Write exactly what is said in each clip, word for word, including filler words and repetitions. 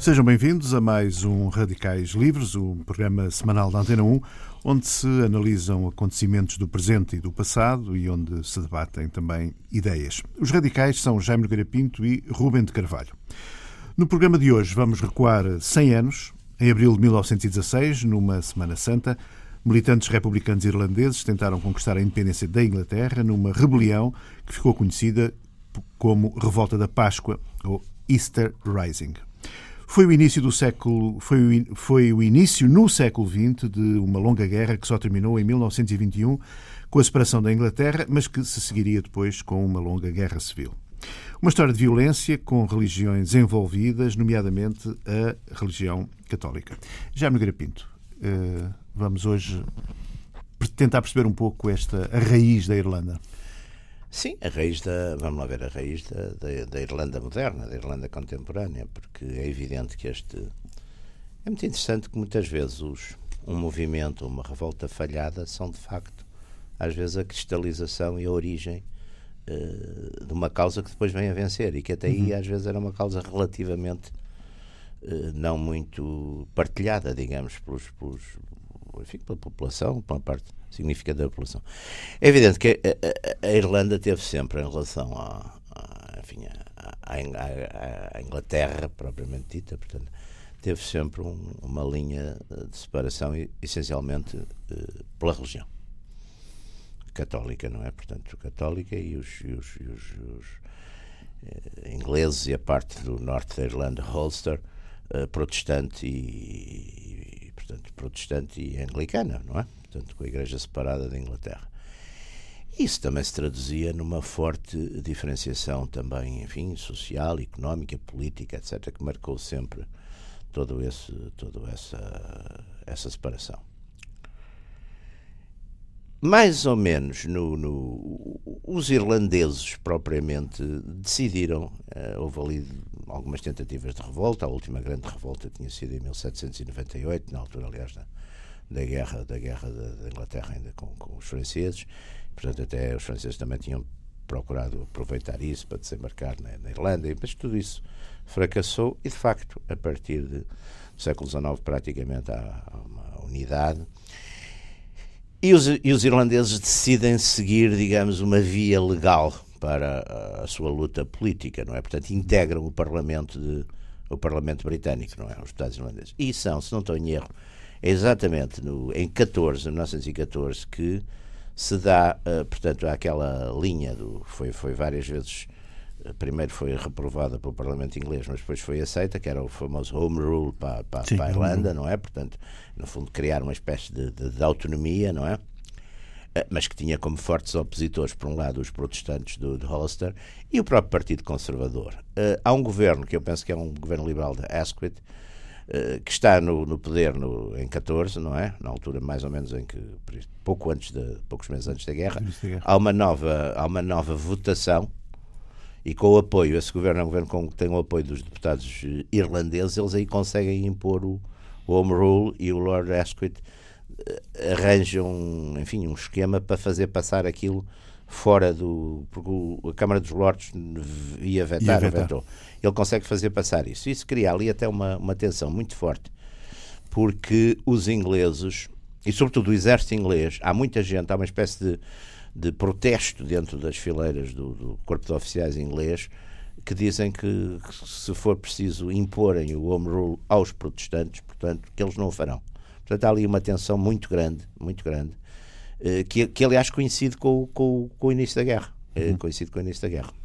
Sejam bem-vindos a mais um Radicais Livres, um programa semanal da Antena um, onde se analisam acontecimentos do presente e do passado e onde se debatem também ideias. Os radicais são Jaime Nogueira Pinto e Rubem de Carvalho. No programa de hoje vamos recuar cem anos. Em abril de mil novecentos e dezasseis, numa Semana Santa, militantes republicanos irlandeses tentaram conquistar a independência da Inglaterra numa rebelião que ficou conhecida como Revolta da Páscoa, ou Easter Rising. Foi o início do século, foi o, foi o início no século vinte de uma longa guerra que só terminou em mil novecentos e vinte e um com a separação da Inglaterra, mas que se seguiria depois com uma longa guerra civil. Uma história de violência com religiões envolvidas, nomeadamente a religião católica. Jaime Nogueira Pinto, vamos hoje tentar perceber um pouco esta, a raiz da Irlanda. Sim, a raiz da, vamos lá ver, a raiz da, da, da Irlanda moderna, da Irlanda contemporânea, porque é evidente que este... É muito interessante que muitas vezes os, um movimento, uma revolta falhada, são de facto, às vezes, a cristalização e a origem uh, de uma causa que depois vem a vencer, e que até aí, uhum. às vezes, era uma causa relativamente uh, não muito partilhada, digamos, pelos, pelos, enfim, pela população, pela parte significativa da população. É evidente que a, a, a Irlanda teve sempre, em relação à, à, enfim, à, à, à Inglaterra, propriamente dita, portanto, teve sempre um, uma linha de separação, essencialmente uh, pela religião católica, não é? Portanto, católica e os, e os, e os, os uh, ingleses e a parte do norte da Irlanda, Ulster, uh, protestante e, e, portanto, protestante e anglicana, não é? Portanto, com a Igreja separada da Inglaterra. Isso também se traduzia numa forte diferenciação também, enfim, social, económica, política, etcétera, que marcou sempre todo esse, toda essa, essa separação. Mais ou menos, no, no, os irlandeses propriamente decidiram, uh, houve ali algumas tentativas de revolta, a última grande revolta tinha sido em mil setecentos e noventa e oito, na altura, aliás, da, da guerra, da, guerra da, da Inglaterra ainda com, com os franceses, portanto até os franceses também tinham procurado aproveitar isso para desembarcar na, na Irlanda, mas tudo isso fracassou e, de facto, a partir de, do século dezenove praticamente há, há uma unidade. E os, e os irlandeses decidem seguir, digamos, uma via legal para a, a sua luta política, não é? Portanto, integram o Parlamento, de, o Parlamento Britânico, não é? Os Estados irlandeses. E são, se não estou em erro, é exatamente no, em catorze, mil novecentos e catorze, que se dá, uh, portanto, aquela linha, do, foi, foi várias vezes, uh, primeiro foi reprovada pelo Parlamento inglês, mas depois foi aceita, que era o famoso Home Rule para, para, Sim, para a Irlanda, não é? Portanto, no fundo, criar uma espécie de, de, de autonomia, não é? Uh, mas que tinha como fortes opositores, por um lado, os protestantes do, de Ulster e o próprio Partido Conservador. Uh, há um governo, que eu penso que é um governo liberal de Asquith, Uh, que está no, no poder no, em catorze, não é? Na altura mais ou menos em que, pouco antes de, poucos meses antes da guerra, há uma nova, há uma nova votação e com o apoio, esse governo é um governo com, que tem o apoio dos deputados irlandeses, eles aí conseguem impor o, o Home Rule e o Lord Asquith uh, arranjam, enfim, um esquema para fazer passar aquilo fora do... porque o, a Câmara dos Lordes ia vetar, ia vetar. Vetou. Ele consegue fazer passar isso. Isso cria ali até uma, uma tensão muito forte, porque os ingleses, e sobretudo o exército inglês, há muita gente, há uma espécie de, de protesto dentro das fileiras do, do corpo de oficiais inglês, que dizem que, que se for preciso imporem o Home Rule aos protestantes, portanto, que eles não o farão. Portanto, há ali uma tensão muito grande, muito grande, Que, que aliás coincide com, com, com o início da guerra. Uhum. Coincide com o início da guerra.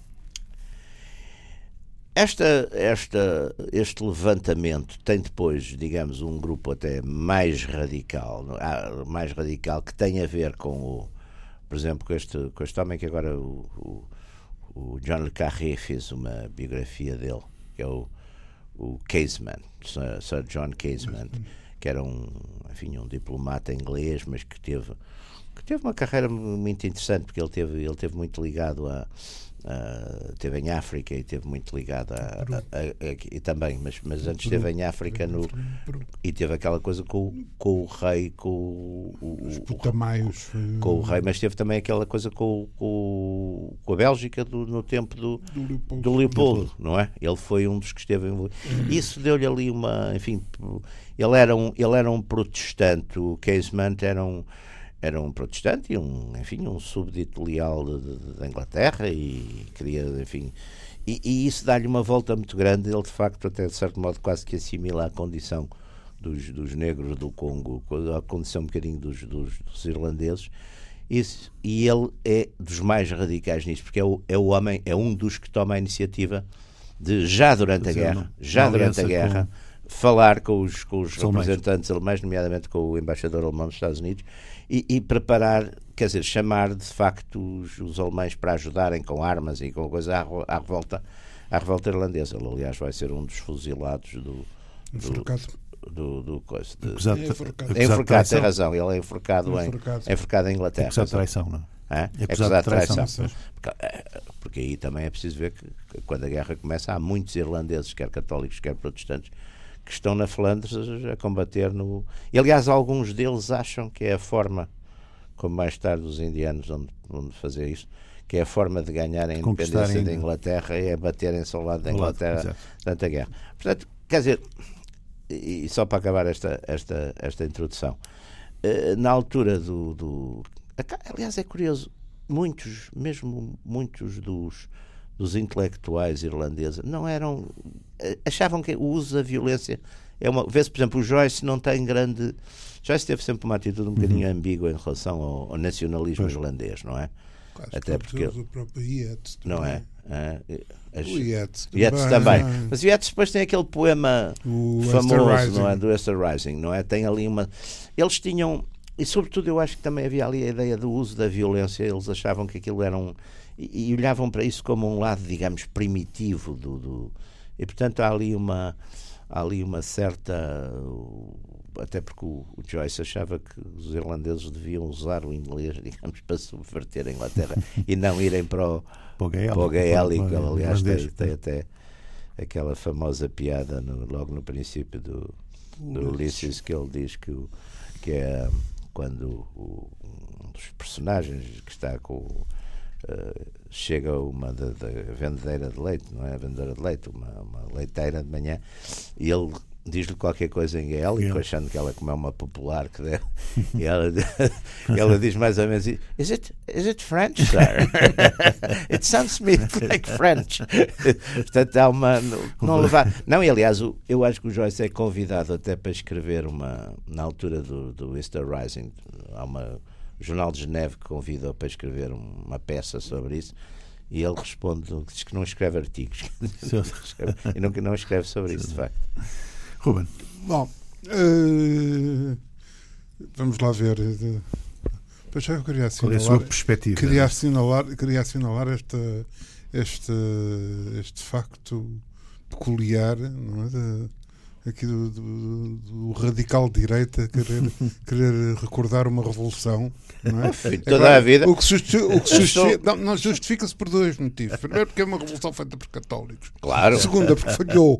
Esta, esta, este levantamento tem depois, digamos, um grupo até mais radical, mais radical, que tem a ver com o, por exemplo, com este, com este homem que agora o, o, o John Le Carré fez uma biografia dele, que é o, o Casement, Sir John Casement, que era um, enfim, um diplomata inglês, mas que teve que teve uma carreira muito interessante, porque ele teve, ele teve muito ligado a, Uh, esteve em África e esteve muito ligado a, a, a, a, e também, mas, mas antes esteve em África no, e teve aquela coisa com, com o rei, com o, o, os putamaios, com, com o rei, mas teve também aquela coisa com, com, com a Bélgica do, no tempo do, do Leopoldo, do Leopoldo, não é? Ele foi um dos que esteve envolvido. Isso deu-lhe ali uma, enfim, ele era um, ele era um protestante, o Casement era um Era um protestante e um, enfim, um súbdito leal da Inglaterra e queria, enfim, e, e isso dá-lhe uma volta muito grande. Ele, de facto, até de certo modo, quase que assimila a condição dos, dos negros do Congo, a condição um bocadinho dos, dos, dos irlandeses. Isso, e ele é dos mais radicais nisso, porque é o, é o homem, é um dos que toma a iniciativa de, já durante a guerra, já durante a guerra, falar com os, com os representantes alemães, nomeadamente com o embaixador alemão dos Estados Unidos, e, e preparar, quer dizer, chamar de facto os, os alemães para ajudarem com armas e com coisa à, à revolta à revolta irlandesa. Ele, aliás, vai ser um dos fuzilados do do, do, do coisa de, acusado, é enforcado, é enforcado, tem razão, ele é enforcado, é enforcado. Em, enforcado em Inglaterra. Acusado de traição, não é? É acusado de traição. traição. Porque, porque aí também é preciso ver que, que quando a guerra começa há muitos irlandeses, quer católicos, quer protestantes, que estão na Flandres a combater no... E, aliás, alguns deles acham que é a forma, como mais tarde os indianos vão, vão fazer isso, que é a forma de ganhar a independência da Inglaterra, é baterem-se ao lado da Inglaterra durante a guerra. Portanto, quer dizer, e só para acabar esta, esta, esta introdução, na altura do, do... Aliás, é curioso, muitos, mesmo muitos dos... dos intelectuais irlandeses não eram, achavam que o uso da violência é uma, vê-se, por exemplo, o Joyce não tem grande, Joyce teve sempre uma atitude um bocadinho uhum. ambígua em relação ao, ao nacionalismo pois. irlandês, não é? Quase até porque o próprio Yeats não é? é as, o Yeats também, Yeats também. Mas o Yeats depois tem aquele poema o famoso, não é? Do Easter Rising, não é? Tem ali uma, eles tinham, e sobretudo eu acho que também havia ali a ideia do uso da violência. Eles achavam que aquilo era um, e, e olhavam para isso como um lado, digamos, primitivo do, do e portanto há ali uma há ali uma certa, até porque o, o Joyce achava que os irlandeses deviam usar o inglês, digamos, para subverter a Inglaterra e não irem para o, para o gaélico. Aliás, tem, tem até aquela famosa piada no, logo no princípio do, do Ulysses, que ele diz que, o, que é quando o, um dos personagens que está com uh, chega uma da, da vendedeira de leite, não é a vendedora de leite, uma, uma leiteira de manhã, e ele diz-lhe qualquer coisa em gaélico, achando que ela como é uma popular que deve, e ela, ela diz mais ou menos: Is it, is it French, sir? It sounds to me like French. Portanto, há uma. Não, levar, não, e aliás, eu acho que o Joyce é convidado até para escrever uma. Na altura do, do Easter Rising, há uma. O Jornal de Geneve que convida para escrever uma peça sobre isso, e ele responde, diz que não escreve artigos e não, não escreve sobre isso, de facto. Ruben. Bom, uh, vamos lá ver. Pois eu queria assinalar, qual é a sua perspectiva? Queria assinalar, queria assinalar esta, este, este facto peculiar, não é? De, aqui do, do, do radical de direita querer, querer recordar uma revolução, não é? Toda Agora, a vida. O que, justi o que justifica, não, não justifica-se por dois motivos. Primeiro, porque é uma revolução feita por católicos. Claro. Segunda, porque falhou.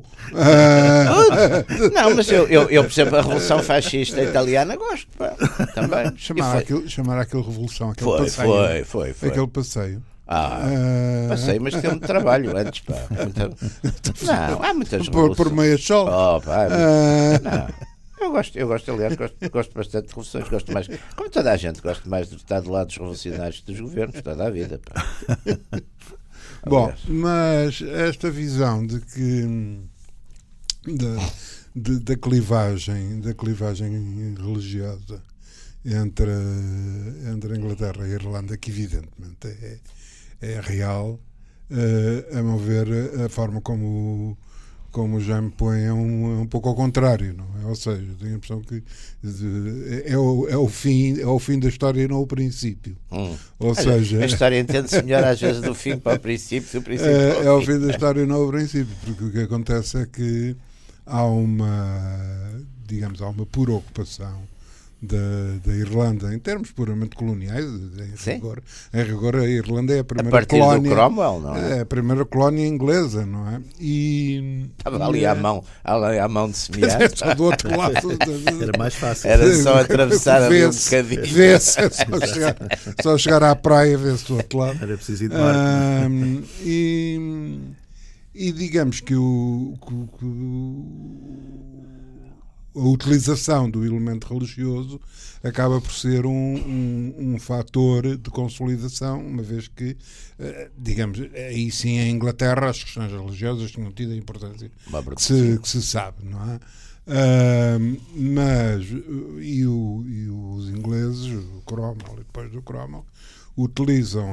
Não, mas eu, eu, eu percebo a revolução fascista italiana, gosto. Pá, também. Chamar aquilo, chamar aquilo revolução, aquele foi, passeio. Foi, foi, foi. Aquele passeio. Ah, uh... passei, mas tem um trabalho antes, pá. Muita... Não, há muitas por, por meia sol. Oh, pá, uh... não. Eu gosto, eu gosto, aliás, gosto, gosto bastante de revoluções, gosto mais, como toda a gente, gosto mais de estar do lado dos revolucionários dos governos, toda a vida, pá. Bom, mas esta visão de que da, de, da clivagem, da clivagem religiosa entre, entre a Inglaterra e a Irlanda, que evidentemente é é real, uh, a meu ver, a forma como, como já me põe é um, é um pouco ao contrário, não é? Ou seja, tenho a impressão que de, é, o, é, o fim, é o fim da história e não o princípio. Hum. Ou Olha, seja, a história entende-se melhor às vezes do fim para o princípio, do princípio é, para o é o fim. fim da história e não o princípio, porque o que acontece é que há uma, digamos, há uma pura ocupação da, da Irlanda, em termos puramente coloniais, em rigor, em rigor a Irlanda é a primeira a colónia. Do Cromwell, não é? É a primeira colónia inglesa, não é? E estava ali, e, à mão, ali à mão de semear. Só do outro lado. Era mais fácil. Era só atravessar ali um bocadinho. Vê-se, é só chegar, só chegar à praia, vê-se do outro lado. Era preciso ir de barco. Um, e, e digamos que o, que, que, a utilização do elemento religioso acaba por ser um, um, um fator de consolidação, uma vez que, digamos, aí sim em Inglaterra as questões religiosas tinham tido a importância que se, que se sabe, não é? Uh, mas e, o, e os ingleses, o Cromwell e depois do Cromwell, utilizam,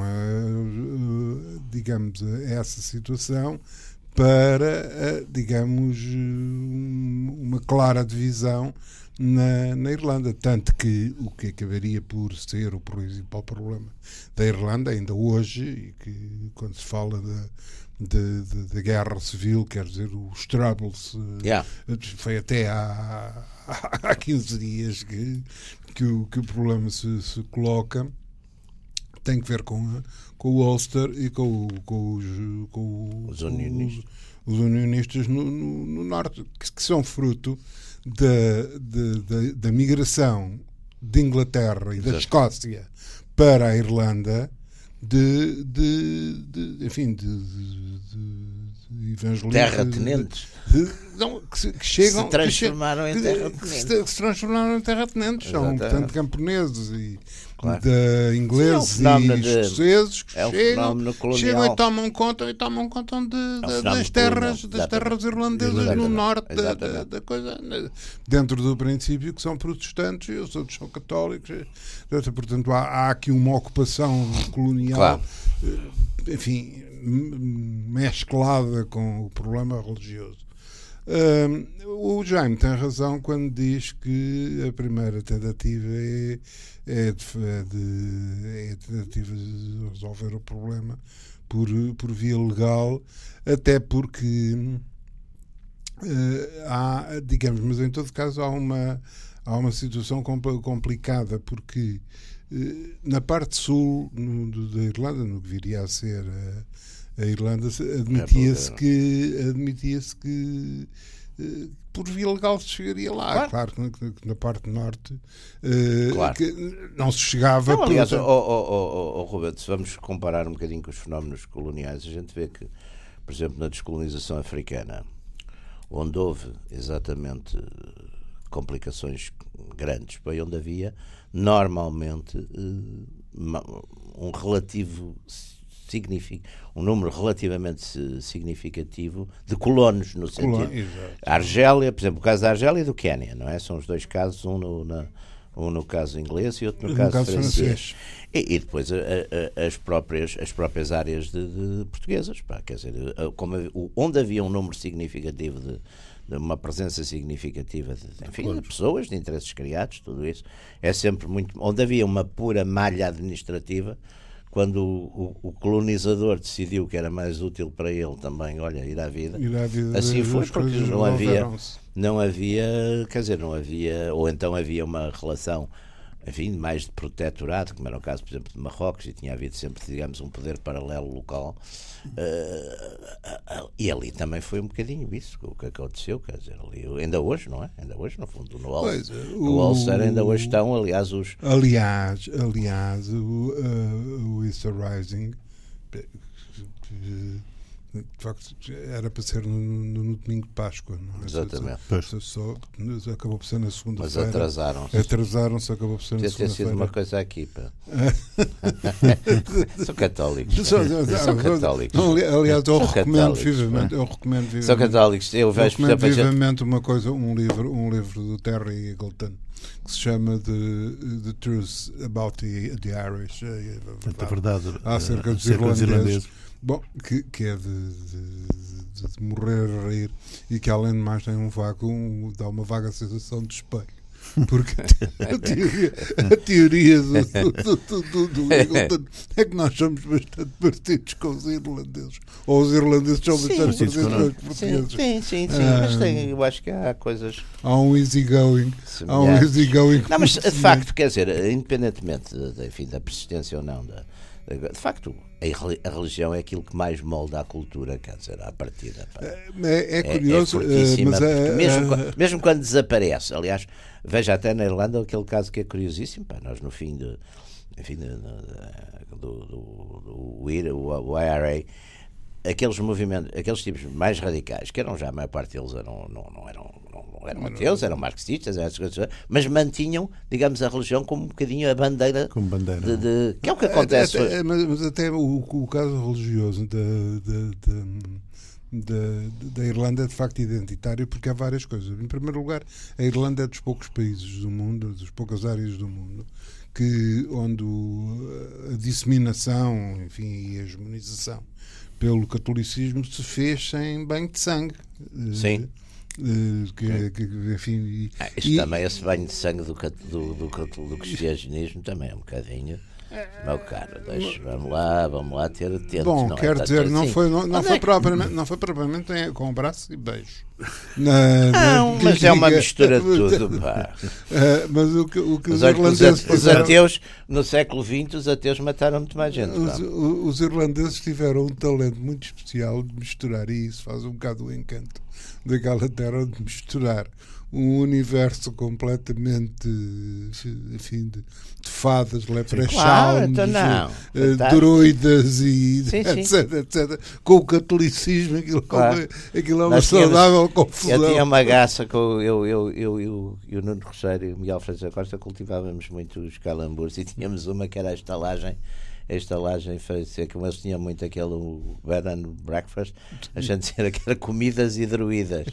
uh, uh, digamos, essa situação para, digamos, uma clara divisão na, na Irlanda. Tanto que o que acabaria por ser o principal problema da Irlanda, ainda hoje, e que quando se fala da, de, de, da guerra civil, quer dizer, os troubles, yeah. foi até há, há quinze dias que, que, o, que o problema se, se coloca, tem que ver com, a, com o Ulster e com, com, os, com os unionistas, os, os unionistas no, no, no norte, que, que são fruto da, da, da, da migração de Inglaterra e da Exato. Escócia para a Irlanda de, de, de enfim, de, de, de evangelistas, terratenentes de, de, não, que, que chegam, se transformaram que, em terratenentes, que se, que se transformaram em terratenentes, são portanto camponeses e claro. de ingleses Sim, é um e escoceses que é um chegam, chegam e tomam conta e tomam conta de, de, é um das terras das terras irlandesas Exatamente. No norte da, da, da coisa, dentro do princípio que são protestantes e os outros são católicos. Portanto, há, há aqui uma ocupação colonial, claro. enfim, mesclada com o problema religioso. Um, o Jaime tem razão quando diz que a primeira tentativa é, é, de, é, de, é a tentativa de resolver o problema por, por via legal, até porque uh, há, digamos, mas em todo caso há uma, há uma situação complicada, porque uh, na parte sul no, da Irlanda, no que viria a ser a A Irlanda, admitia-se que, admitia-se que uh, por via legal se chegaria lá. Claro, claro que, que na parte norte uh, claro. que não se chegava. Não, aliás, oh, oh, oh, oh, Roberto, se vamos comparar um bocadinho com os fenómenos coloniais, a gente vê que, por exemplo, na descolonização africana, onde houve exatamente complicações grandes, bem, onde havia normalmente uh, um relativo significa um número relativamente significativo de colonos, no sentido Colônia, a Argélia, por exemplo, o caso da Argélia e do Quénia, não é? São os dois casos, um no, na, um no caso inglês e outro no, no caso, caso francês, francês. E, e depois a, a, as próprias as próprias áreas de, de portuguesas, pá, quer dizer, como, onde havia um número significativo de, de uma presença significativa de, enfim, de pessoas, de interesses criados, tudo isso é sempre muito, onde havia uma pura malha administrativa. Quando o, o, o colonizador decidiu que era mais útil para ele também, olha, ir à vida, ir à vida assim foi, porque não havia, não havia, quer dizer, não havia, ou então havia uma relação, enfim, mais de protetorado, como era o caso, por exemplo, de Marrocos, e tinha havido sempre, digamos, um poder paralelo local, uh, uh, e ali também foi um bocadinho isso, o que aconteceu, quer dizer, ali, ainda hoje, não é? Ainda hoje, no fundo, no Ulster, no Ulster ainda hoje estão, aliás, os... Aliás, aliás, o, uh, o Easter Rising, de facto, era para ser no, no, no domingo de Páscoa, não é? Exatamente. Só, só, só, acabou por ser na segunda-feira. Mas atrasaram-se. Atrasaram-se, acabou por ser na segunda-feira. Deve ter sido uma coisa aqui, pá. São católicos. São, são católicos. Não, aliás, eu recomendo vivamente. Eu recomendo vivamente. São católicos. Eu vejo, recomendo vivamente uma coisa, um livro, um livro do Terry Eagleton, que se chama The, the Truth About the, the Irish. A verdade acerca dos irlandeses. irlandeses. Bom, que, que é de, de, de morrer a rir e que além de mais tem um vago, um, dá uma vaga sensação de espelho. Porque a teoria, a teoria do, do, do, do, do Eagleton é que nós somos bastante parecidos com os irlandeses. Ou os irlandeses são sim, bastante parecidos com os portugueses. Sim, sim, sim. Ah, mas tem, eu acho que há coisas. Há um easygoing. Há um easygoing. Não, mas de facto, quer dizer, independentemente de, enfim, da persistência ou não, da, de facto, a religião é aquilo que mais molda a cultura, quer dizer, à partida. É, é curioso, é, é mas é, mesmo, é, quando, mesmo quando desaparece, aliás, veja até na Irlanda aquele caso que é curiosíssimo, pá, nós no fim de, enfim, de, de, do, do, do, do I R A, aqueles movimentos, aqueles tipos mais radicais, que eram já a maior parte deles eram, não, não eram, não, não eram ateus, eram marxistas, mas mantinham, digamos, a religião como um bocadinho a bandeira, como bandeira. De, de, que é o que acontece até, hoje. Até, mas, mas até o, o caso religioso da, da, da, da, da Irlanda é de facto identitário, porque há várias coisas. Em primeiro lugar, a Irlanda é dos poucos países do mundo, das poucas áreas do mundo, que, onde a disseminação, enfim, e a hegemonização pelo catolicismo se fez sem banho de sangue. Sim. Uh, que, que, enfim, e, ah, isto e, também, esse banho de sangue do, do, do, do cristianismo também é um bocadinho. Meu caro, deixa, vamos lá, vamos lá ter atento. Bom, não quer é dizer, não assim. foi, não, não, foi é? propriamente, não foi propriamente com abraço e beijo. Na, não, na, mas que, é uma mistura de tudo. Pá. Uh, mas o que, o que mas os irlandeses. Os, os ateus, no século vinte, os ateus mataram muito mais gente. Os, os irlandeses tiveram um talento muito especial de misturar, e isso faz um bocado o encanto daquela terra, de misturar um universo completamente, enfim, de, de fadas, leprechauns, claro, então não, uh, druidas e sim, etc, sim. etc. Com o catolicismo, aquilo, claro. aquilo é uma saudável confusão. Eu tinha uma graça com eu, eu, eu, eu, eu o Nuno Rocheiro e o Miguel França Costa cultivávamos muito os calambures e tínhamos uma que era a estalagem. A estalagem fazia, como eles tinham muito aquele bed and breakfast, a gente dizia que era comidas e druidas.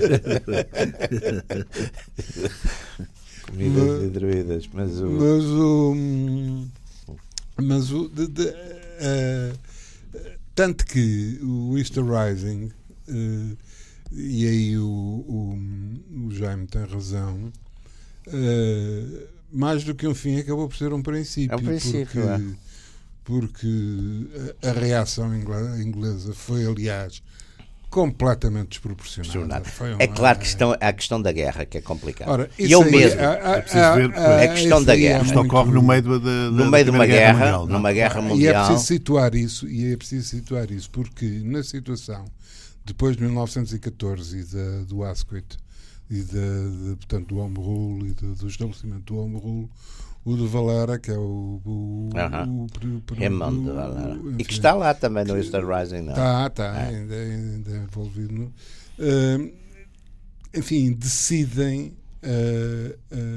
Comidas mas, e druidas. Mas o. Mas o. Mas o de, de, uh, tanto que o Easter Rising, uh, e aí o, o, o Jaime tem razão, uh, mais do que um fim, acabou por ser um princípio. É um princípio, porque, é. porque a, a reação inglesa foi, aliás, completamente desproporcionada. Foi uma, é claro que estão, há a questão da guerra, que é complicada. Ora, e eu aí, mesmo. A, a, é preciso ver. A, a, a questão da guerra. Isto ocorre no meio, da, da, no meio de uma guerra, guerra mundial, numa guerra mundial. E é preciso situar isso, e é preciso situar isso, porque na situação depois de mil novecentos e catorze e da, do Asquith e da, de, portanto, do Home Rule e de, do estabelecimento do Home Rule, o de Valera, que é o, o, uh-huh. o, o Raymond de Valera, enfim, e que está lá também no Easter Rising, não? Está, está, é. ainda, ainda é envolvido no, uh, enfim, decidem uh,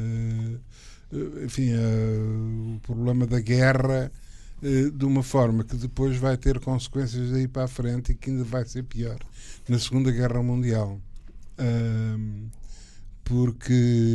uh, enfim, uh, o problema da guerra uh, de uma forma que depois vai ter consequências daí para a frente e que ainda vai ser pior na Segunda Guerra Mundial, uh, porque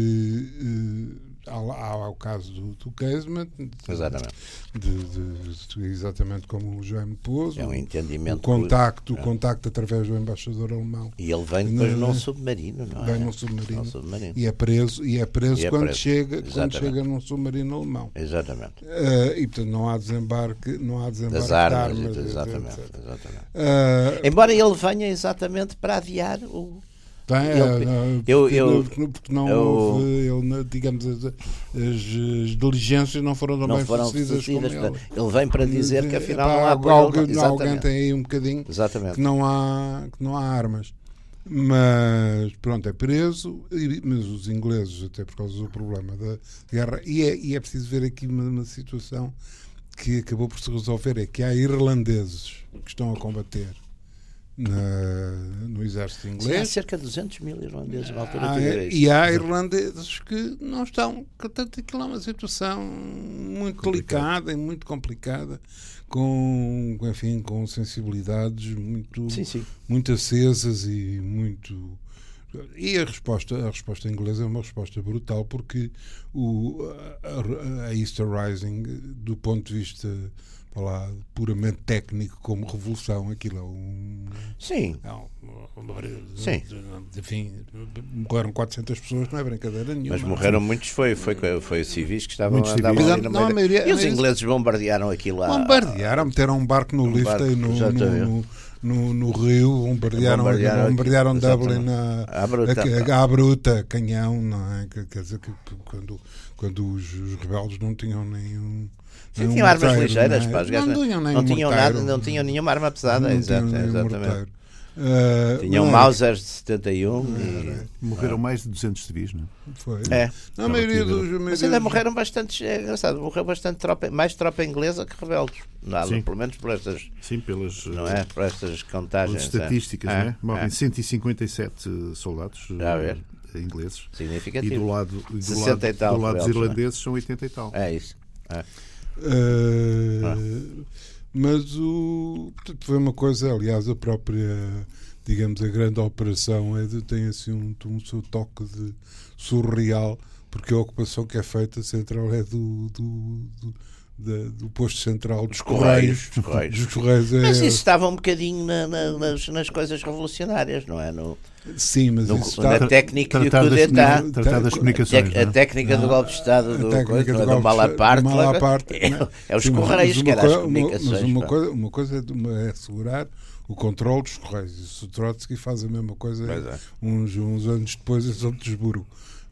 uh, Há, há o caso do, do Casement, exatamente. De, de, de, exatamente como o Jaime pôs, é um entendimento, o contacto, é. o contacto através do embaixador alemão. E ele vem depois num submarino, não é? Vem num submarino, submarino. E é preso, e é preso, e é quando, preso. Chega, quando chega num submarino alemão. Exatamente. Uh, e portanto não há desembarque, não há desembarque das armas, de armas, exatamente. etcétera. exatamente. Uh, Embora ele venha exatamente para adiar o. Tem, ele, não, eu, porque, eu, não, porque não eu, houve, ele, digamos, as, as, as diligências não foram tão não bem foram sucedidas como ele. Ele vem para dizer que afinal Epá, não há alguém, ele, alguém tem aí um bocadinho exatamente. que não há, que não há armas. Mas pronto, é preso, mas os ingleses, até por causa do problema da guerra, e é, e é preciso ver aqui uma, uma situação que acabou por se resolver, é que há irlandeses que estão a combater Na, no exército inglês. Sim, há cerca de duzentos mil irlandeses na altura. Ah, é, e há irlandeses que não estão. Portanto, aquilo é uma situação muito delicada e muito complicada, com, enfim, com sensibilidades muito, sim, sim. muito acesas e muito. E a resposta, a resposta inglesa é uma resposta brutal, porque o, a, a Easter Rising, do ponto de vista lá, puramente técnico, como revolução, aquilo é um. Sim. É um, Sim. Enfim, morreram quatrocentas pessoas, não é brincadeira nenhuma. Mas morreram muitos, foi, foi, foi civis que estavam Muitos a andar civis. ali na Não, a meia- maioria- E os a maioria- ingleses bombardearam aquilo lá. Bombardearam, meteram um barco no Um lift barco, aí no, exatamente. no, no, no rio, bombardearam, Bombardearam bombardearam aqui, Dublin exatamente. à, À bruta. à, à bruta, canhão, não é? Quer dizer que quando, quando os, os rebeldes não tinham nenhum. Sim, nenhum tinham armas morteiro, ligeiras, não é? pá, os gajos não tinham nenhum não tinham morteiro. nada, não tinham nenhuma arma pesada, Não exato, tinham nenhum exatamente. morteiro. Uh, Tinham mas- Mausers de setenta e um e... Morreram mais de duzentos civis, não é? Foi. É. Não, a maioria dos. a maioria Mas ainda dos- morreram bastantes, é engraçado, morreu bastante tropa, mais tropa inglesa que rebeldes. Nada, Sim. pelo menos por estas, Sim, pelas, não é? Por estas pelas contagens. estatísticas, é. não é? É, Morrem é. cento e cinquenta e sete soldados Já a ver. eh, ingleses. E Significativo. do lado, e do sessenta lado, e tal do lado dos rebeldes, não é? irlandeses são oitenta e tal. É isso. É. Uh, Ah. Mas o, portanto, foi uma coisa, aliás, a própria, digamos, a grande operação é de, tem assim um, um seu toque de surreal, porque a ocupação que é feita central é do, do, do, da- do posto central dos Dos Correios, Correios. dos Correios. Dos Correios é, Mas isso estava um bocadinho na- na- nas, nas coisas revolucionárias, não é? No, sim, mas no, isso na está, técnica de Tratar coup das, d'etat. tratar das comunicações. Tec- não A é? técnica do Não, golpe de Estado a do, técnica coisa, do não é? do golpe de Malaparte, Estado- do lá- Malaparte, é, não. é os Sim, mas Correios, uma que era coisa- as uma- comunicações. Mas uma pá. coisa, uma coisa é, de- uma é assegurar o controle dos Correios. Isso o Trotsky faz a mesma coisa Pois é. uns, uns anos depois em São Petersburgo.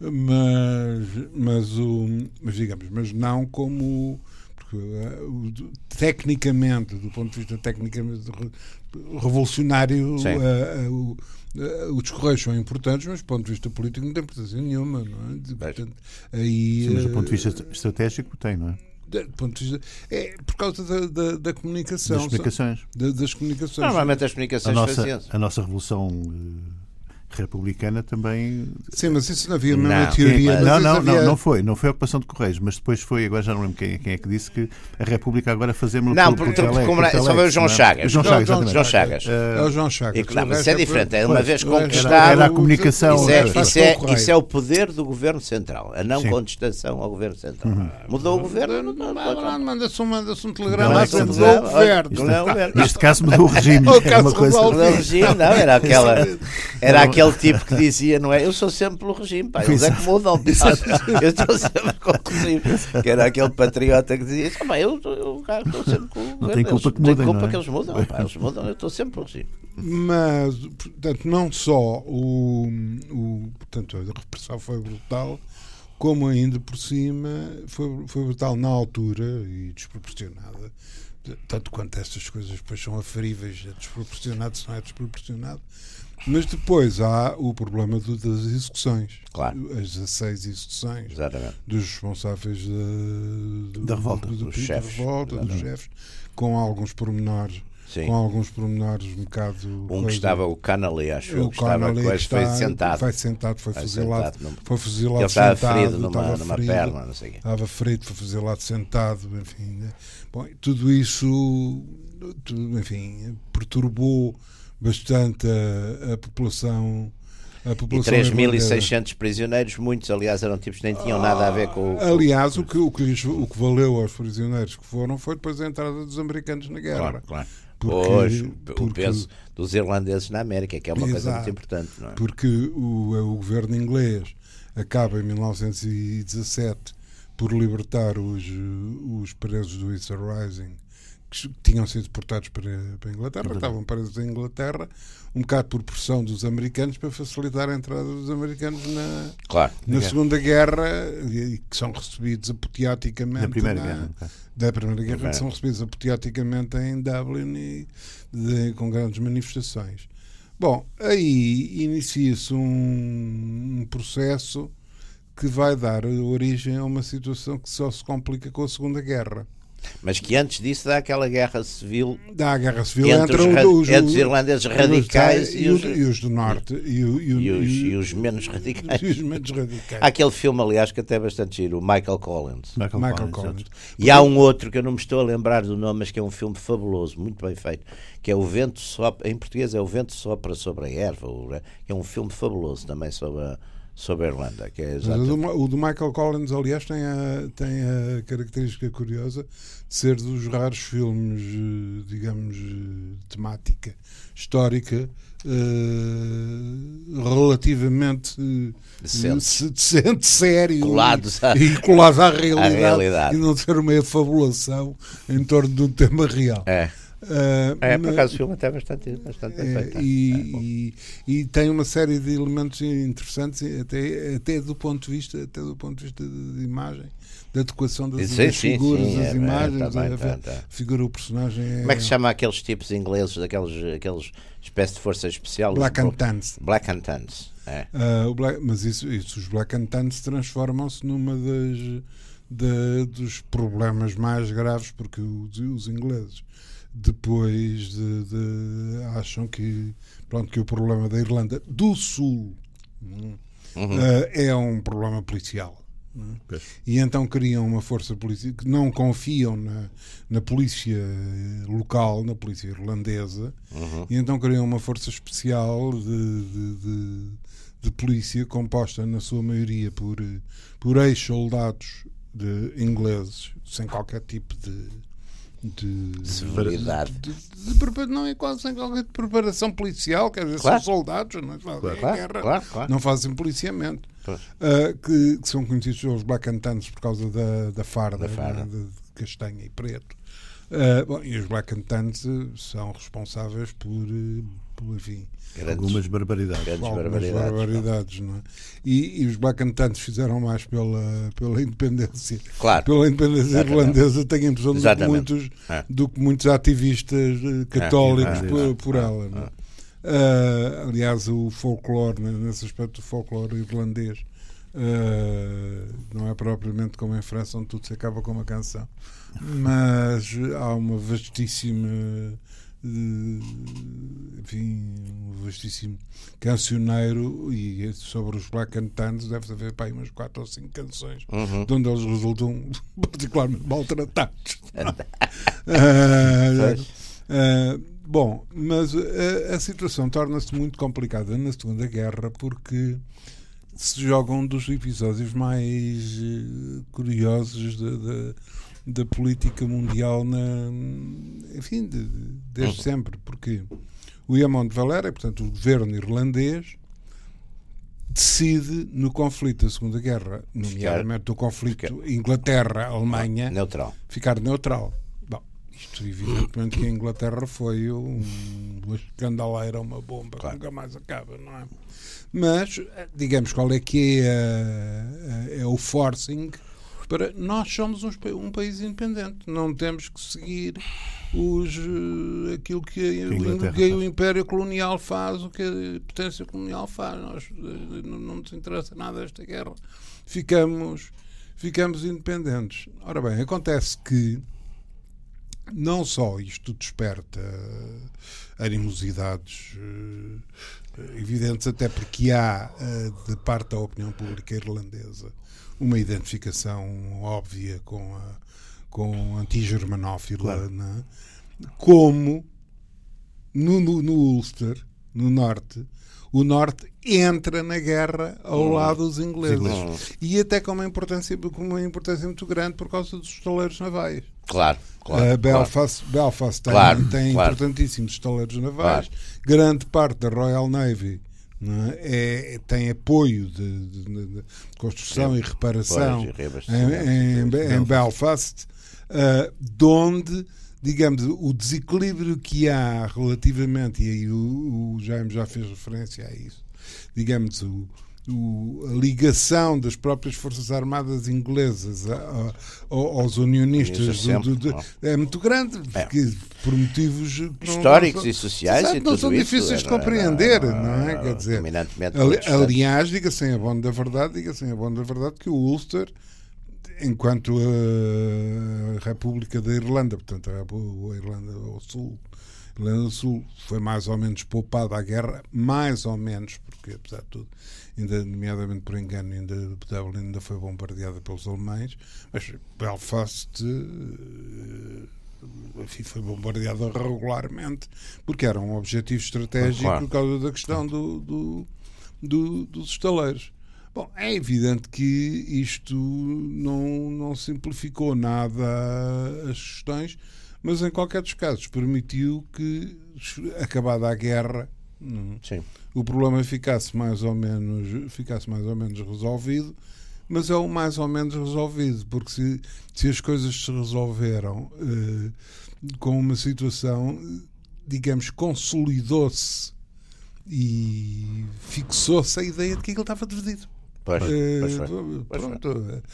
Mas, mas, o, mas digamos, mas não como. Porque, eh, o- tecnicamente, do ponto de vista tecnicamente re- revolucionário, Sim. eh, eh, o- eh, os Correios são importantes, mas do ponto de vista político não tem importância nenhuma. Não é? De- portanto, aí, Sim, mas do eh, ponto de vista estratégico tem, não é? de- do ponto de vista, é por causa da, da, da comunicação. Das comunicações. Da- das comunicações. Normalmente as A comunicações nossa, faziam-se. a nossa revolução eh, republicana também. Sim, mas isso não havia a mesma Não. teoria. Mas não, mas não, havia- não, não foi. Não foi a ocupação de Correios, mas depois foi, agora já não lembro quem, quem é que disse que a República agora fazemos Não, porque como era- só foi o João Chagas. O João Chagas, João- exatamente. João Chagas. É o João Chagas. E que, não, mas O isso é resto diferente. É por- uma vez o resto- conquistado. Era, era a comunicação. Isso é, era- faz isso, pelo é, correio. isso é o poder do governo central, a não Sim. contestação ao governo central. Mudou o governo, não, não, não, não. Manda-se um, manda-se um Não, telegrama, isso ah, é mudou o Olha, governo. não é o governo. Neste caso mudou o regime. O Era uma caso coisa. resolve. Mudou o regime, não, era aquela. Era aquele tipo que dizia, não é? Eu sou sempre pelo regime, pá. Eles é que mudam. pá. Eu estou sempre com o regime. Que era aquele patriota que dizia, "Ah, pá, eu eu- eu estou sempre com o governo. tem culpa Eles- que mudem, tem culpa não é? que eles mudam, pá. Eles mudam, eu estou sempre pelo regime. Mas, portanto, não só o, o, portanto, a repressão foi brutal, como ainda por cima foi, foi brutal na altura e desproporcionada. Tanto quanto estas coisas depois são aferíveis, é desproporcionado, se não é desproporcionado. Mas depois há o problema do- das execuções. Claro. As dezasseis execuções Exatamente. dos responsáveis da, do- Da revolta. do- do- Dos da chefes. revolta, dos Exatamente. chefes, com alguns pormenores, Sim. com alguns pormenores um bocado. Um que coisa- estava, o Connolly, acho eu, o que estava Connolly coisa, que foi está- sentado. Foi sentado, foi Foi fuzilado. sentado num- Foi fuzilado Ele estava sentado. ferido numa, estava numa ferido, perna, não sei o quê. Estava ferido, foi fuzilado sentado, enfim. Né? Bom, tudo isso, tudo, enfim, perturbou bastante a, a população. A E população três mil e irlandesa. seiscentos prisioneiros, muitos, aliás, eram tipos que nem tinham nada a ver com o. Aliás, o que, o, que, lhes- o que valeu aos prisioneiros que foram foi depois a entrada dos americanos na guerra. Claro, claro. Porque- Hoje, o porque- peso dos irlandeses na América, que é uma coisa Exato. muito importante, não é? Porque o, o governo inglês acaba em mil novecentos e dezassete por libertar os, os presos do Easter Rising que tinham sido deportados para, para a Inglaterra, estavam presos em Inglaterra, um bocado por pressão dos americanos para facilitar a entrada dos americanos na, Claro. na Segunda Guerra, e que são recebidos apoteoticamente Na Primeira na- Guerra. no caso. da Primeira Guerra, Primeira. que são recebidos apoteoticamente em Dublin e de- com grandes manifestações. Bom, aí inicia-se um, um processo que vai dar origem a uma situação que só se complica com a Segunda Guerra. Mas que antes disso dá aquela guerra civil, da guerra civil entre, entre, os, os, entre os irlandeses radicais e os, e os do norte e, o, e, o, e, os, e os menos radicais. E os menos radicais. Há aquele filme, aliás, que até é bastante giro, o Michael Collins. Michael, Michael Collins. Collins. E há um outro que eu não me estou a lembrar do nome, mas que é um filme fabuloso, muito bem feito, que é O Vento Sopra, em português é O Vento Sopra sobre a Erva, que é um filme fabuloso também sobre a, sobre a Irlanda. Que é exatamente... o, do, o do Michael Collins, aliás, tem a, tem a característica curiosa de ser dos raros filmes, digamos, temática histórica, uh, relativamente decente, decente, sério colados a, e colados à realidade, à realidade, e não ser uma fabulação em torno de um tema real. É. Uh, é, por acaso o filme até é bastante, bastante bem é, feito. E, é, e, e tem uma série de elementos interessantes, até, até do ponto de vista, até do ponto de vista de imagem, da adequação das, sim, das sim, figuras, sim, das é, imagens, é, tá bem, a, tá, tá. figura, o personagem. É, como é que se chama aqueles tipos ingleses, daqueles aqueles espécie de força especial? Black and Tans. Black and Tans. É. Uh, Black, mas isso, isso, os Black and Tans transformam-se numa das de, dos problemas mais graves, porque os, os ingleses depois de, de, acham que, pronto, que o problema da Irlanda do Sul uhum. uh, é um problema policial. Uhum. E então criam uma força policial que não confiam na, na polícia local, na polícia irlandesa, uhum. e então criam uma força especial de, de, de, de polícia composta na sua maioria por, por ex-soldados de ingleses, sem qualquer tipo de de severidade, de, de, de, de, não é quase sem qualquer preparação policial, quer dizer, claro. são soldados, não fazem claro, guerra, claro, claro. não fazem policiamento, uh, que, que são conhecidos os Black and Tans por causa da, da farda, da farda. Né, de castanha e preto. Uh, bom, e os Black and Tans são responsáveis por, por enfim, grandes, algumas barbaridades, grandes algumas barbaridades, barbaridades não é? e, e os Black and Tans fizeram mais pela, pela independência, claro. pela independência Exatamente. irlandesa, tenho a impressão do que, muitos, é. do que muitos ativistas católicos é, é, por, por é, ela. Não é? Uh, aliás, o folclore, nesse aspecto, o folclore irlandês uh, não é propriamente como em França, onde tudo se acaba com uma canção, mas há uma vastíssima, uh, enfim, um vastíssimo cancioneiro, e sobre os Black and Tans deve haver para aí umas quatro ou cinco canções, uhum. de onde eles resultam particularmente maltratados. uh, uh, bom, mas a, a situação torna-se muito complicada na Segunda Guerra, porque se joga um dos episódios mais uh, curiosos da, da, da política mundial, na, enfim, de, desde uhum. sempre, porque o Eamon de Valera, portanto o governo irlandês, decide no conflito da Segunda Guerra, nomeadamente no conflito Inglaterra-Alemanha, neutral. ficar neutral. Bom, isto evidentemente que a Inglaterra foi um, uma escandaleira, uma bomba, claro. Que nunca mais acaba, não é? Mas, digamos, qual é que é, a, a, é o forcing para nós somos um, um país independente, não temos que seguir os, aquilo que, a, que o Império Colonial faz, o que a potência colonial faz. Nós, não, não nos interessa nada esta guerra, ficamos, ficamos independentes. Ora bem, acontece que não só isto desperta animosidades uh, evidentes, até porque há, uh, de parte da opinião pública irlandesa, uma identificação óbvia com a, com a anti-germanófila, claro. Né? Como no, no, no Ulster, no Norte, o Norte entra na guerra ao hum. lado dos ingleses. Hum. E até com uma, importância, com uma importância muito grande por causa dos estaleiros navais. Claro, claro. Uh, Belfast, claro. Belfast tem, claro, tem claro. importantíssimos estaleiros navais. Claro. Grande parte da Royal Navy é? É, tem apoio de, de, de construção é, e reparação pois, em, em, em Belfast, uh, de onde, digamos, o desequilíbrio que há relativamente, e aí o, o Jaime já fez referência a isso, digamos, o, o, a ligação das próprias Forças Armadas inglesas a, a, aos unionistas do, do, do, é muito grande, porque, é. por motivos históricos não, e sociais, exato, e não tudo são isso, difíceis é, de compreender, não, não, não é? não, Quer dizer, ali, aliás, diga-se em abono da verdade, diga-se em abono da verdade que o Ulster enquanto a República da Irlanda, portanto a Irlanda do Sul, a Irlanda do Sul foi mais ou menos poupada à guerra, mais ou menos, porque apesar de tudo, ainda, nomeadamente por engano, ainda Dublin ainda foi bombardeada pelos alemães, mas Belfast enfim, foi bombardeada regularmente porque era um objetivo estratégico, claro, por causa da questão do, do, do, dos estaleiros. Bom, é evidente que isto não, não simplificou nada as questões, mas em qualquer dos casos permitiu que, acabada a guerra, Sim. o problema ficasse mais ou menos, ficasse mais ou menos resolvido, mas é o mais ou menos resolvido, porque se, se as coisas se resolveram eh, com uma situação, digamos, consolidou-se e fixou-se a ideia de que aquilo estava dividido. Pois, pois foi. Uh, pronto,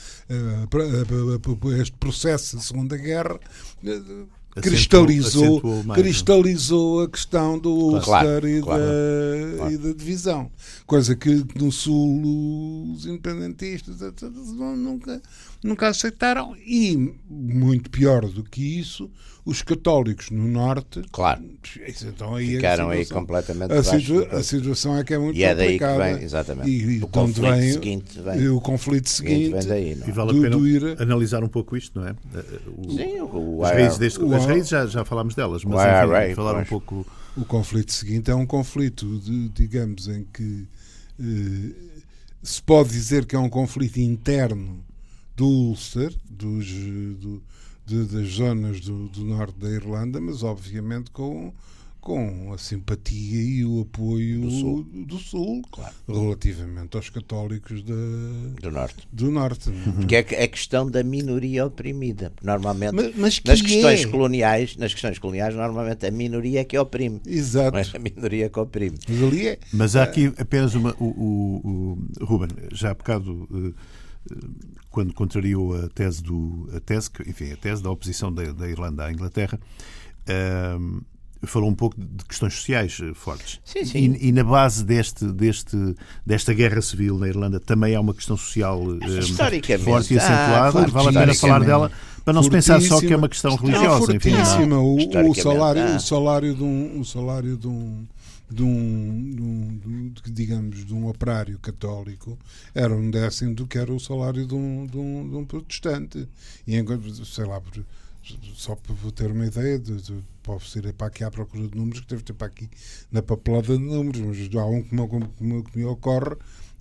uh, uh, este processo da Segunda Guerra uh, cristalizou, acentuou mais, cristalizou a questão do Ulster, claro, e, claro, da, claro. e da divisão, coisa que no Sul os independentistas nunca, nunca aceitaram, e muito pior do que isso, os católicos no Norte, claro, então, aí ficaram a aí completamente a, situa baixo, a situação é que é muito e é daí complicada. que vem, exatamente, e, o conflito vem, seguinte vem, o conflito seguinte vem daí, não? E vale do, a pena do ir... analisar um pouco isto, não é? O, Sim, o, o as raízes, deste, o, as raízes já, já falámos delas, mas enfim, falar um pouco... O conflito seguinte é um conflito, de, digamos, em que eh, se pode dizer que é um conflito interno do Ulster, dos, do, de, das zonas do, do norte da Irlanda, mas obviamente com, com a simpatia e o apoio do Sul, do sul claro, relativamente aos católicos da, do Norte. Do norte Porque é a questão da minoria oprimida. Normalmente, mas, mas que nas questões é? coloniais, nas questões coloniais, normalmente a minoria é que oprime. Exato. Não é a minoria que oprime. Mas, ali é, mas há aqui apenas uma... O, o, o Ruben, já há bocado... Uh, quando contrariou a tese do a tese enfim a tese da oposição da, da Irlanda à Inglaterra, uh, falou um pouco de questões sociais fortes. Sim, sim. E, e na base deste deste desta guerra civil na Irlanda também há uma questão social uh, forte e acentuada. Ah, vale a pena falar dela para não se pensar só que é uma questão religiosa. Não, enfim, não. O, o salário ah. o salário de um o salário de um de um, de um de, digamos de um operário católico era um décimo do que era o salário de um, de um, de um protestante, e enquanto, sei lá, só para ter uma ideia de, de, posso ir para aqui à procura de números, que deve ter para aqui na papelada de números, mas há um que me, que que me ocorre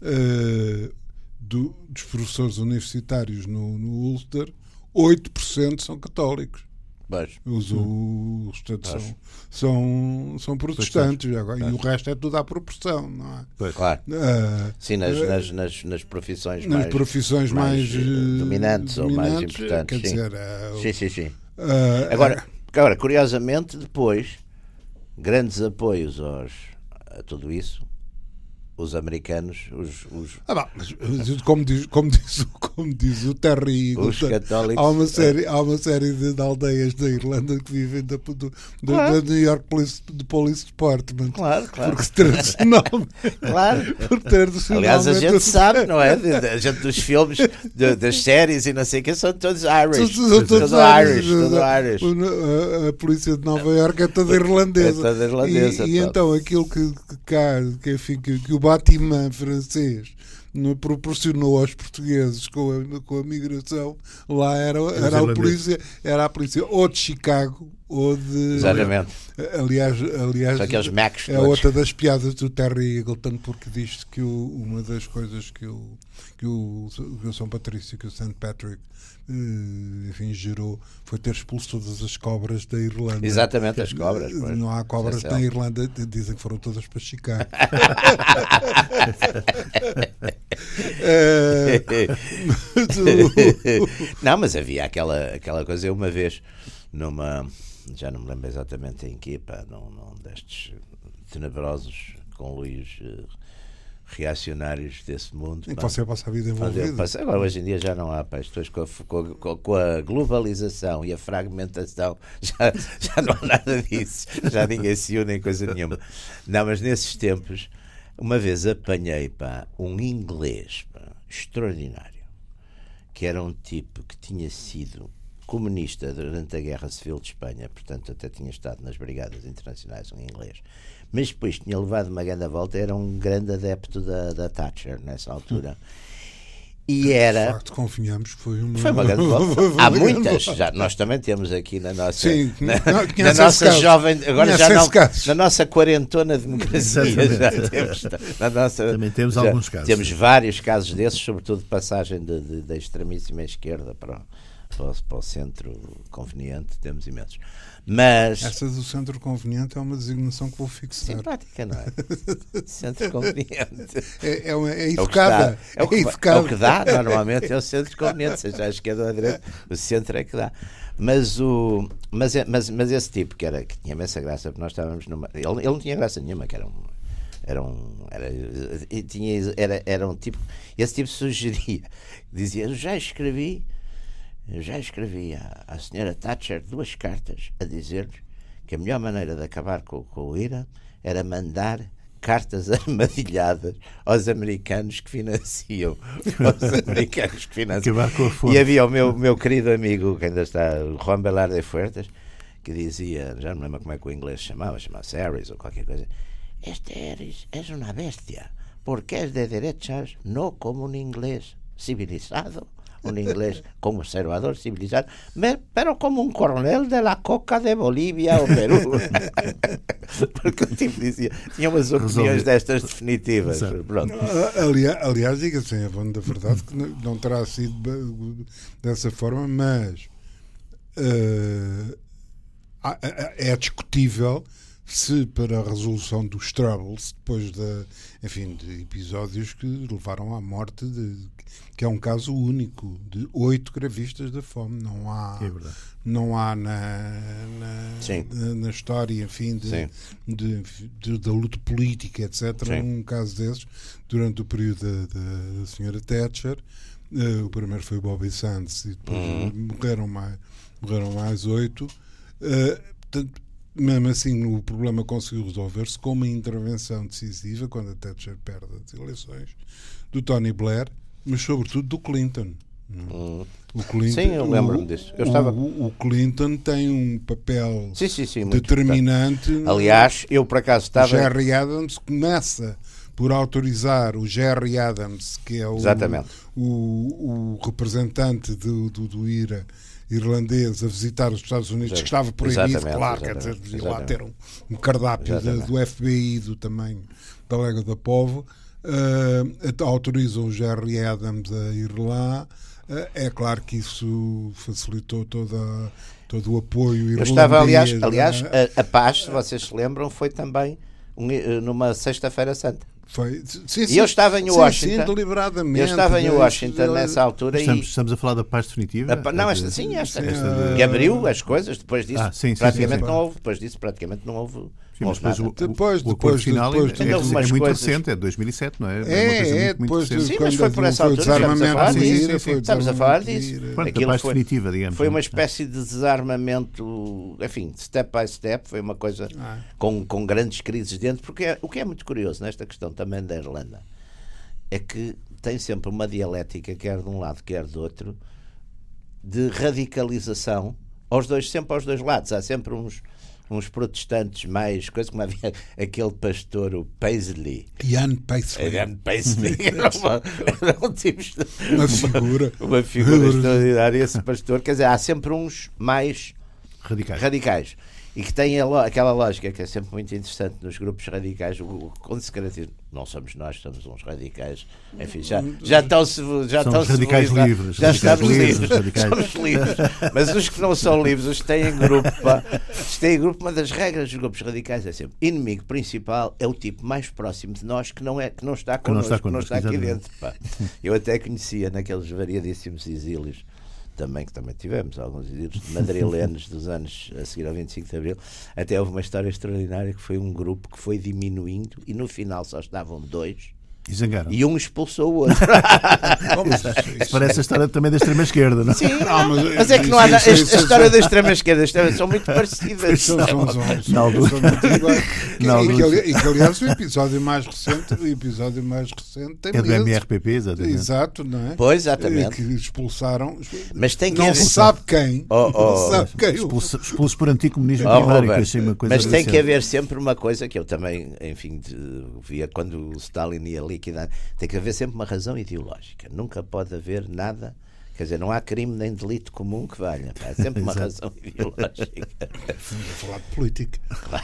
uh, do, dos professores universitários no, no Ulster, oito por cento são católicos. Baixo. Os, hum. os Estados são, são, são protestantes, agora, e o resto é tudo à proporção, não é? Pois. Claro. Uh, Sim, nas, uh, nas, nas, nas profissões nas mais, profissões mais, mais uh, dominantes, dominantes ou mais importantes. Quer sim. dizer, uh, sim, sim, sim. Uh, agora, agora, curiosamente, depois, grandes apoios aos, a tudo isso, os americanos, os, os... Ah, bah, mas, como, diz, como, diz, como diz o Terry Eagleton, os católicos, há uma série, há uma série de, de aldeias da Irlanda que vivem da, do, claro. da New York Police, de Police Department. Claro, claro. Porque tradicionalmente. Claro. Porque tradicionalmente aliás, a gente sabe, não é? A gente dos filmes, de, das séries e não sei o que, são todos Irish. São todos, todos Irish. Todo Irish. A, a, a polícia de Nova York é toda irlandesa. É toda irlandesa. E, e então aquilo que, que cá, que, enfim, que, que o Batman francês proporcionou aos portugueses com a, com a migração, lá era, era, a polícia, era a polícia ou de Chicago ou de... Exatamente. Aliás, aliás aqueles Macs é outra das piadas do Terry Eagleton, porque diz que o, uma das coisas que o, que o, que o São Patrício, que o Saint Patrick enfim, gerou, foi ter expulso todas as cobras da Irlanda. Exatamente, as cobras. Pois. Não há cobras na Irlanda, dizem que foram todas para Chicago. é, mas o... Não, mas havia aquela, aquela coisa, eu uma vez numa, já não me lembro exatamente em que, pá, num, num destes tenebrosos conluios uh, reacionários desse mundo. E você passa a vida envolvido. Passo, agora hoje em dia já não há, pá, isto com, a, com, com a globalização e a fragmentação já, já não há nada disso, já ninguém se une em coisa nenhuma. Não, mas nesses tempos, uma vez apanhei, pá, um inglês, pá, extraordinário, que era um tipo que tinha sido comunista durante a Guerra Civil de Espanha, portanto até tinha estado nas Brigadas Internacionais em inglês, mas depois tinha levado uma grande volta, era um grande adepto da, da Thatcher nessa altura. E era. De facto, convenhamos que foi uma, foi uma grande volta. Há muitas, já, nós também temos aqui na nossa, Sim, na, não, na nossa jovem, agora já não, casos. na nossa quarentona democracia, já temos, na nossa, também temos já, alguns casos. Temos vários casos desses, sobretudo passagem de, de, da extremíssima esquerda para, para, o, para o centro conveniente, temos imensos. Mas essa do centro conveniente é uma designação que vou fixar. Simpática, não é? Centro conveniente. É, é, é educada. É o que, é, o que, é o que dá, normalmente é o centro conveniente, seja à esquerda ou à direita, o centro é que dá. Mas, o, mas, mas, mas esse tipo, que, era, que tinha imensa graça, porque nós estávamos numa. Ele, ele não tinha graça nenhuma, que era um. Era um, era, tinha, era, era um tipo. Esse tipo sugeria, dizia: eu já escrevi. Eu já escrevi à, à senhora Thatcher duas cartas a dizer-lhe que a melhor maneira de acabar com, com o IRA era mandar cartas armadilhadas aos americanos que financiam aos americanos que financiam. E havia o meu, meu querido amigo, que ainda está, o Juan Velarde Fuertes, que dizia, já não lembro como é que o inglês chamava, chamava-se Harris ou qualquer coisa: este Harris é uma bestia, porque é de derechas, não como um inglês civilizado, un inglés conservador, civilizado, pero como un coronel de la coca de Bolívia ou Peru. Porque o tipo dizia, tinha umas opiniões destas definitivas. Pronto. Aliás, aliás diga-se, é bom da verdade que não terá sido dessa forma, mas uh, é discutível se para a resolução dos troubles, depois de, enfim, de episódios que levaram à morte, de, que é um caso único, de oito gravistas da fome. Não há, é não há na, na, na, na história, enfim, de, de, de, da luta política, etcétera, Sim. um caso desses, durante o período da, da, da senhora Thatcher. Uh, o primeiro foi Bobby Sands e depois uhum. morreram mais, morreram mais oito. Uh, portanto, mesmo assim, o problema conseguiu resolver-se com uma intervenção decisiva, quando a Thatcher perde as eleições, do Tony Blair, mas sobretudo do Clinton. Hum. O Clinton. Sim, eu lembro-me disso. Eu estava... o, o Clinton tem um papel sim, sim, sim, determinante. Aliás, eu por acaso estava. Jerry Adams começa por autorizar o Jerry Adams, que é o, o, o representante do, do, do IRA irlandês, a visitar os Estados Unidos, que estava proibido, exatamente, claro, quer dizer, devia lá ter um, um cardápio de, do F B I do tamanho da Lega da Povo. Uh, autorizam o Jerry Adams a ir lá. Uh, é claro que isso facilitou toda, todo o apoio irlandês. Eu estava, aliás, aliás a, a paz, se vocês se lembram, foi também um, numa Sexta-feira Santa. Foi. Sim, e eu estava em Washington. Sim, sim, deliberadamente. Eu estava em Washington nessa altura. Estamos, e... estamos a falar da paz definitiva? A, não, esta, sim, esta. Sim, esta de... Que abriu as coisas, depois disso ah, sim, praticamente sim, sim, não houve. Depois disso praticamente não houve. Sim, mas depois o, depois, o, o depois, final depois, é, é, é muito coisas... recente, é de dois mil e sete, não é? É, é, uma é muito, depois muito de sim, mas foi por essa altura, estamos a falar disso. Estamos a falar disso. Aquilo foi definitiva, digamos. Foi uma espécie de desarmamento, enfim, step by step, foi uma coisa ah. com, com grandes crises dentro, porque é, o que é muito curioso nesta questão também da Irlanda é que tem sempre uma dialética, quer de um lado, quer do outro, de radicalização, aos dois, sempre aos dois lados. Há sempre uns, uns protestantes mais, coisa como havia aquele pastor, o Paisley. Ian Paisley. Ian Paisley. Era, uma, era um tipo de, uma figura. Uma, uma figura extraordinária, esse pastor. Quer dizer, há sempre uns mais radicais. radicais. E que tem a, aquela lógica que é sempre muito interessante nos grupos radicais, quando se caracteriza, não somos nós, somos uns radicais, enfim, já, já estão já somos estão radicais livres, já radicais estamos livres, livres radicais. somos livres, mas os que não são livres, os que têm em grupo, pá, os que têm em grupo, uma das regras dos grupos radicais é sempre, inimigo principal é o tipo mais próximo de nós que não, é, que não está connosco, que não está, que não está aqui dentro. Pá. Eu até conhecia naqueles variadíssimos exílios, também que também tivemos alguns exílios madrilenos dos anos a seguir ao vinte e cinco de Abril, até houve uma história extraordinária que foi um grupo que foi diminuindo e no final só estavam dois E zangaram. E um expulsou o outro. Isso parece a história também da extrema-esquerda, não é? Sim, não, mas, mas é que não há. A história da extrema-esquerda são muito parecidas. São, são, são, são, são muito iguais. E que, aliás, o episódio mais recente, o episódio mais recente tem é do M R P P, exatamente. Exato, não é? Pois, exatamente. Que expulsaram. Mas tem que não haver... se sabe quem. Oh, oh, não se sabe quem. Expulso, expulso por anticomunismo oh, primário, Robert, que achei uma coisa mas tem decente. que haver sempre uma coisa que eu também, enfim, via quando o Stalin ia liquidar. Tem que haver sempre uma razão ideológica. Nunca pode haver nada. Quer dizer, não há crime nem delito comum que valha. Há sempre uma razão ideológica. Estamos a falar de política.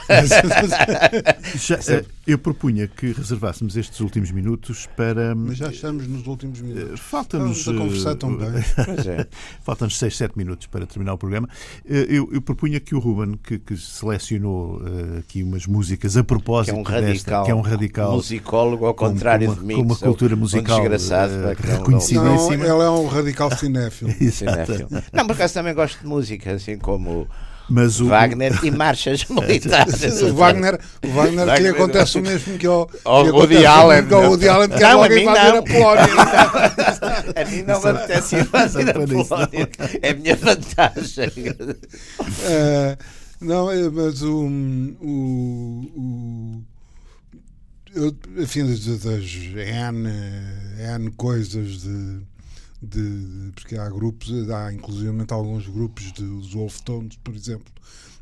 Já, eu propunha que reservássemos estes últimos minutos para... Mas já estamos nos últimos minutos. Falta-nos... Estamos a conversar tão bem. Pois é. Faltam-nos seis, sete minutos para terminar o programa. Eu, eu propunha que o Ruben, que, que selecionou uh, aqui umas músicas a propósito que é um radical, desta, que é um radical musicólogo, ao contrário com, com uma, de mim, com uma cultura musical um desgraçado, uh, que não, reconhecidíssima. Não, ele é um radical cinéfilo. cinéfilo. Não, por acaso também gosto de música, assim como Mas o Wagner e marchas militares. O Wagner, o Wagner, Wagner que lhe acontece o mesmo que ao Woody Allen. Que ao Woody Allen, que é alguém fazer a Polónia. A mim não me apetece ir fazer a Polónia. É a minha vantagem. Uh, não, mas o... o, o eu, enfim, das, das N, N coisas de... De, porque há grupos, há inclusivamente alguns grupos dos Wolftones, por exemplo,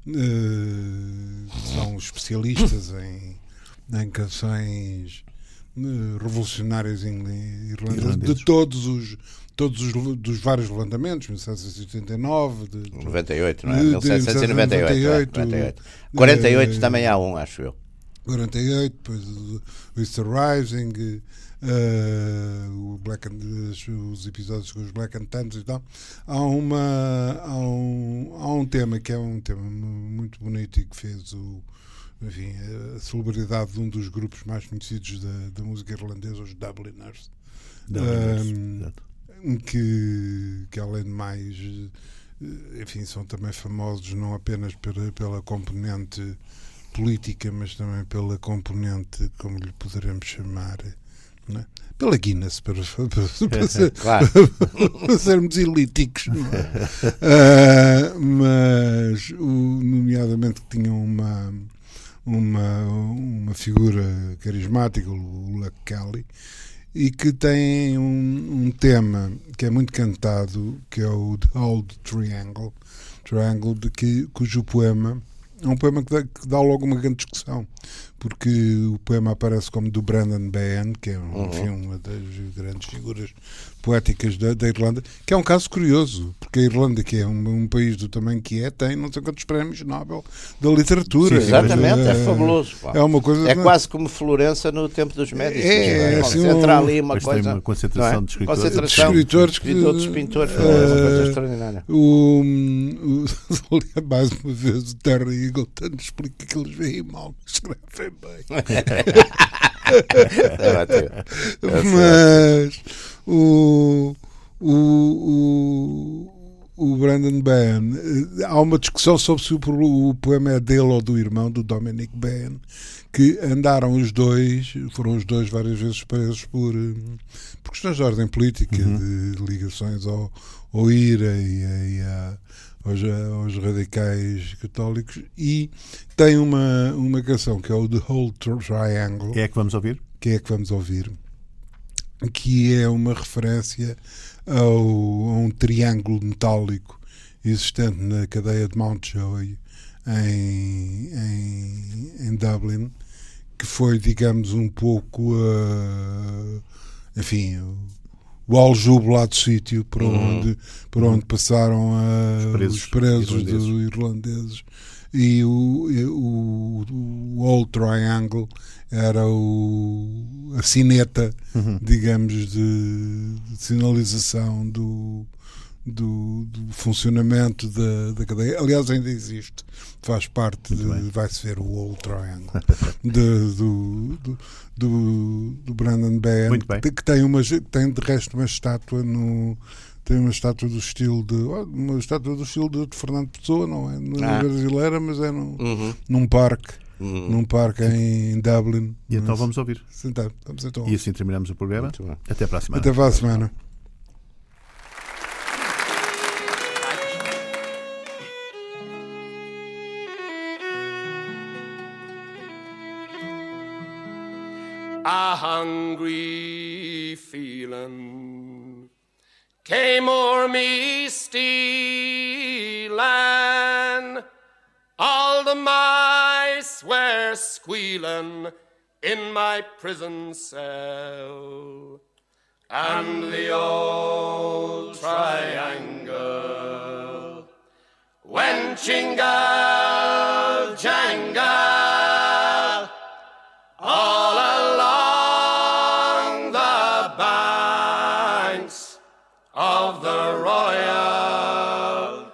uh, que são especialistas em, em canções uh, revolucionárias irlandesas, de todos os todos os dos vários levantamentos, mil setecentos e oitenta e nove, de, noventa e oito, não é? mil setecentos e noventa e oito, noventa e oito. quarenta e oito uh, também há um, acho eu. quarenta e oito, depois o Easter Rising, Uh, o Black and, os episódios com os Black and Tans e tal. Há, uma, há, um, há um tema que é um tema muito bonito e que fez o, enfim, a celebridade de um dos grupos mais conhecidos da, da música irlandesa, os Dubliners, Dubliners um, que, que além de mais, enfim, são também famosos não apenas pela, pela componente política, mas também pela componente, como lhe poderemos chamar, não é? Pela Guinness, para, para, para, ser, claro. para sermos elíticos, não é? uh, mas o, nomeadamente que tinham uma, uma, uma figura carismática, o Luck Kelly, e que tem um, um tema que é muito cantado, que é o The Old Triangle, Triangle de que, cujo poema é um poema que dá, que dá logo uma grande discussão, porque o poema aparece como do Brandon Behan, que é um, enfim, uma das grandes figuras poéticas da, da Irlanda, que é um caso curioso, porque a Irlanda, que é um, um país do tamanho que é, tem não sei quantos prémios Nobel da literatura. Sim, exatamente, é, é fabuloso. Pá. É, uma coisa é que... quase como Florença no tempo dos Médicos. É, é assim, concentra um... ali uma Mas coisa. Tem uma concentração é? de escritores. Concentração de escritores, que, de todos os pintores. Uh, é uma coisa extraordinária. O, o, mais uma vez, o Terry Eagleton explica que eles veem mal, escrevem bem. Mas o, o, o, o Brandon Behan, há uma discussão sobre se o, o poema é dele ou do irmão, do Dominic Behan, que andaram os dois, foram os dois várias vezes presos por, por questões de ordem política, uhum. de ligações ao, ao I R A e, e a Aos, aos radicais católicos, e tem uma, uma canção que é o The Whole Triangle, que é que vamos ouvir? Que é que vamos ouvir, que é uma referência ao, a um triângulo metálico existente na cadeia de Mountjoy em, em, em Dublin, que foi, digamos, um pouco uh, enfim, o aljubolado sítio por, uhum. onde, por onde passaram uh, os presos, os presos irlandeses. Do, irlandeses. E o, o, o Old Triangle era o, a sineta, uhum. digamos, de, de sinalização do, do, do funcionamento da, da cadeia. Aliás, ainda existe. Faz parte de, vai-se ver o Old Triangle de, do, do, do, do Brandon Behan, que, que tem uma, tem de resto uma estátua no, tem uma estátua do estilo de uma estátua do estilo de Fernando Pessoa, não é, não é ah. brasileira, mas é num, uhum. num parque hum. num parque em Dublin. E então vamos ouvir. Então, vamos então. E assim terminamos o programa. Até para a semana. Até para a semana. A hungry feeling came o'er me stealing. All the mice were squealing in my prison cell, and the old triangle went jingle jangle all along the banks of the Royal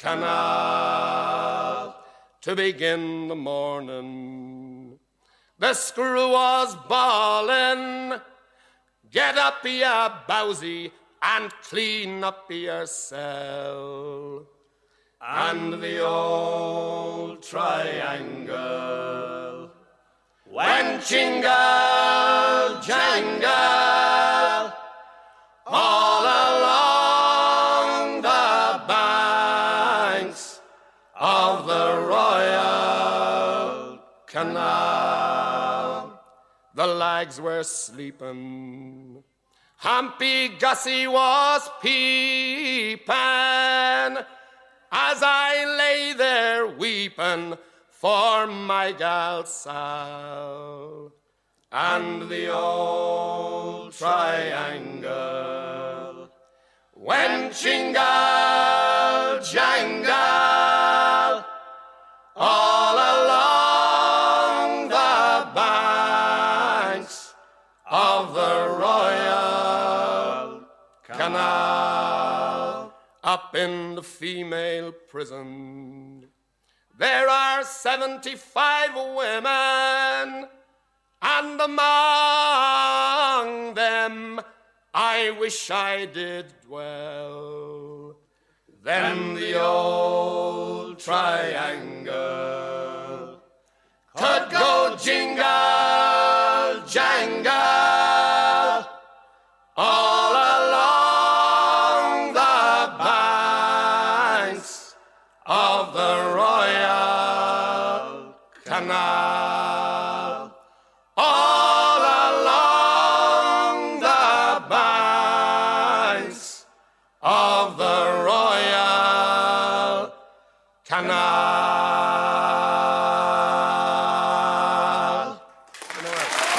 Canal. To begin the morning, the screw was bawling, get up ya bowsy and clean up your cell. And the old triangle went jingle jangle all along the banks of the Royal Canal. The lags were sleeping, Humpy Gussie was peeping, as I lay there weeping for my gal Sal. And the old triangle went jingle jangle all along the banks of the Royal Canal. Up in the female prison there are seventy-five women, and among them I wish I did dwell. Then the old triangle could go jingle jangle all along the banks of the Royal Canal, all along the banks of the Royal Canal.